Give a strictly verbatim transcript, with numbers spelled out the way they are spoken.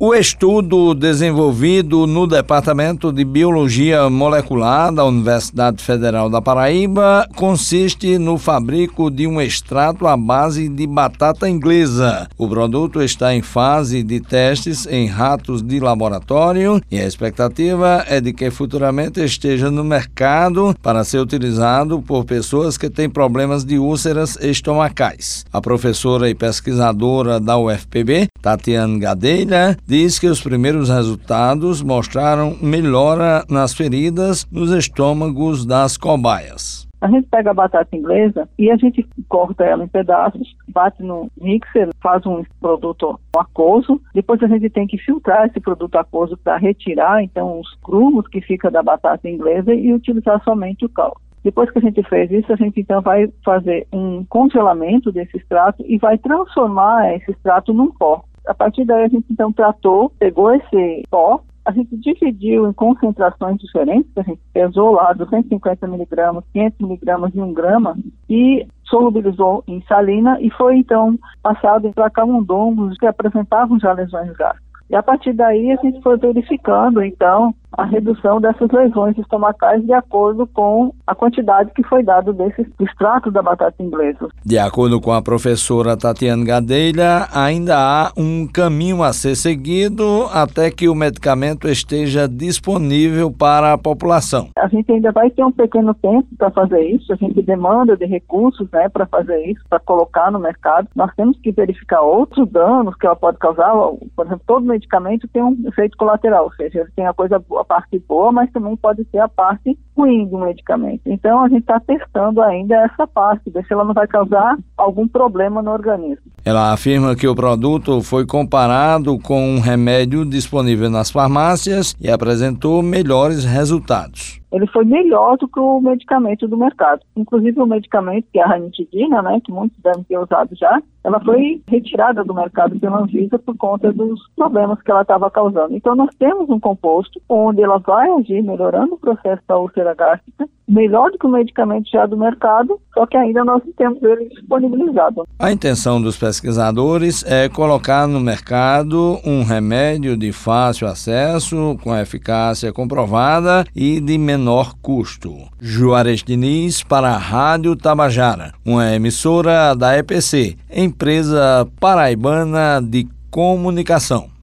O estudo desenvolvido no Departamento de Biologia Molecular da Universidade Federal da Paraíba consiste no fabrico de um extrato à base de batata inglesa. O produto está em fase de testes em ratos de laboratório e a expectativa é de que futuramente esteja no mercado para ser utilizado por pessoas que têm problemas de úlceras estomacais. A professora e pesquisadora da U F P B, Tatiane Gadelha, diz que os primeiros resultados mostraram melhora nas feridas nos estômagos das cobaias. A gente pega a batata inglesa e a gente corta ela em pedaços, bate no mixer, faz um produto aquoso. Depois a gente tem que filtrar esse produto aquoso para retirar então os grumos que fica da batata inglesa e utilizar somente o caldo. Depois que a gente fez isso, a gente então vai fazer um congelamento desse extrato e vai transformar esse extrato num pó. A partir daí a gente então tratou, pegou esse pó, a gente dividiu em concentrações diferentes, a gente pesou lá duzentos e cinquenta miligramas, quinhentos miligramas e um grama e solubilizou em salina e foi então passado para camundongos que apresentavam já lesões gástricas. E a partir daí a gente foi verificando então a redução dessas lesões estomacais de acordo com a quantidade que foi dado desse extrato da batata inglesa. De acordo com a professora Tatiane Gadelha, ainda há um caminho a ser seguido até que o medicamento esteja disponível para a população. A gente ainda vai ter um pequeno tempo para fazer isso, a gente demanda de recursos, né, para fazer isso, para colocar no mercado. Nós temos que verificar outros danos que ela pode causar. Por exemplo, todo medicamento tem um efeito colateral, ou seja, ele tem a coisa boa, a parte boa, mas também pode ser a parte ruim do medicamento. Então, a gente está testando ainda essa parte, ver se ela não vai causar algum problema no organismo. Ela afirma que o produto foi comparado com um remédio disponível nas farmácias e apresentou melhores resultados. Ele foi melhor do que o medicamento do mercado. Inclusive o medicamento, que é a ranitidina, né, que muitos devem ter usado já, ela foi retirada do mercado pela Anvisa por conta dos problemas que ela estava causando. Então nós temos um composto onde ela vai agir melhorando o processo da úlcera gástrica, melhor do que o medicamento já do mercado, só que ainda nós não temos ele disponibilizado. A intenção dos pesquisadores é colocar no mercado um remédio de fácil acesso, com eficácia comprovada e de menor custo. Juarez Diniz para a Rádio Tabajara, uma emissora da E P C, Empresa Paraibana de Comunicação.